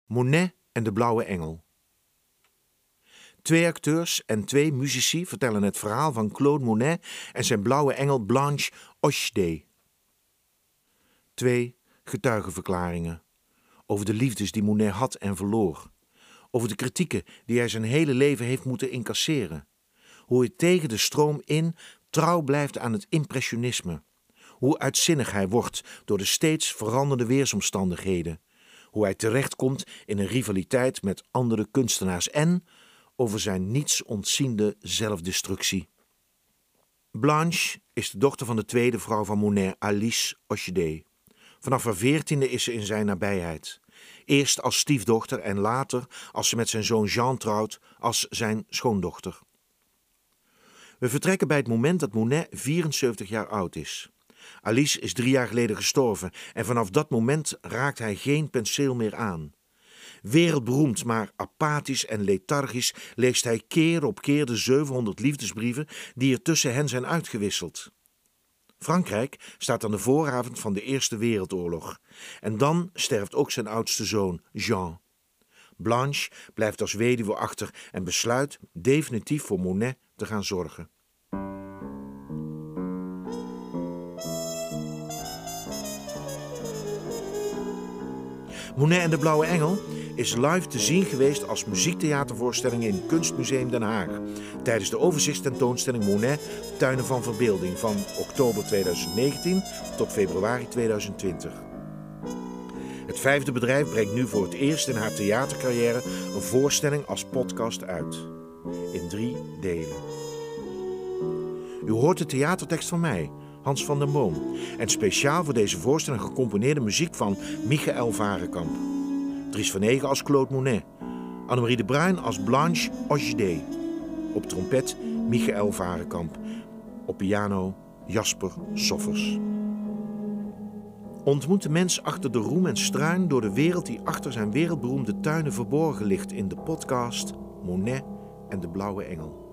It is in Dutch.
Monet en de Blauwe Engel. 2 acteurs en 2 muzici vertellen het verhaal van Claude Monet en zijn blauwe engel Blanche Ochdé. 2 getuigenverklaringen over de liefdes die Monet had en verloor. Over de kritieken die hij zijn hele leven heeft moeten incasseren. Hoe hij tegen de stroom in trouw blijft aan het impressionisme. Hoe uitzinnig hij wordt door de steeds veranderende weersomstandigheden. Hoe hij terechtkomt in een rivaliteit met andere kunstenaars en over zijn niets ontziende zelfdestructie. Blanche is de dochter van de tweede vrouw van Monet, Alice Ochdé. Vanaf haar 14e is ze in zijn nabijheid. Eerst als stiefdochter en later, als ze met zijn zoon Jean trouwt, als zijn schoondochter. We vertrekken bij het moment dat Monet 74 jaar oud is. Alice is 3 jaar geleden gestorven en vanaf dat moment raakt hij geen penseel meer aan. Wereldberoemd, maar apathisch en lethargisch leest hij keer op keer de 700 liefdesbrieven die er tussen hen zijn uitgewisseld. Frankrijk staat aan de vooravond van de Eerste Wereldoorlog. En dan sterft ook zijn oudste zoon, Jean. Blanche blijft als weduwe achter en besluit definitief voor Monet te gaan zorgen. Monet en de Blauwe Engel is live te zien geweest als muziektheatervoorstelling in Kunstmuseum Den Haag tijdens de overzichtstentoonstelling Monet Tuinen van Verbeelding van oktober 2019 tot februari 2020. Het 5e bedrijf brengt nu voor het eerst in haar theatercarrière een voorstelling als podcast uit. In 3 delen. U hoort de theatertekst van mij, Hans van den Boom, en speciaal voor deze voorstelling gecomponeerde muziek van Michael Varenkamp. Dries van Eghe als Claude Monet, Annemarie de Bruin als Blanche Ochdé, op trompet Michael Varenkamp, op piano Jasper Soffers. Ontmoet de mens achter de roem en struin door de wereld die achter zijn wereldberoemde tuinen verborgen ligt in de podcast Monet en de Blauwe Engel.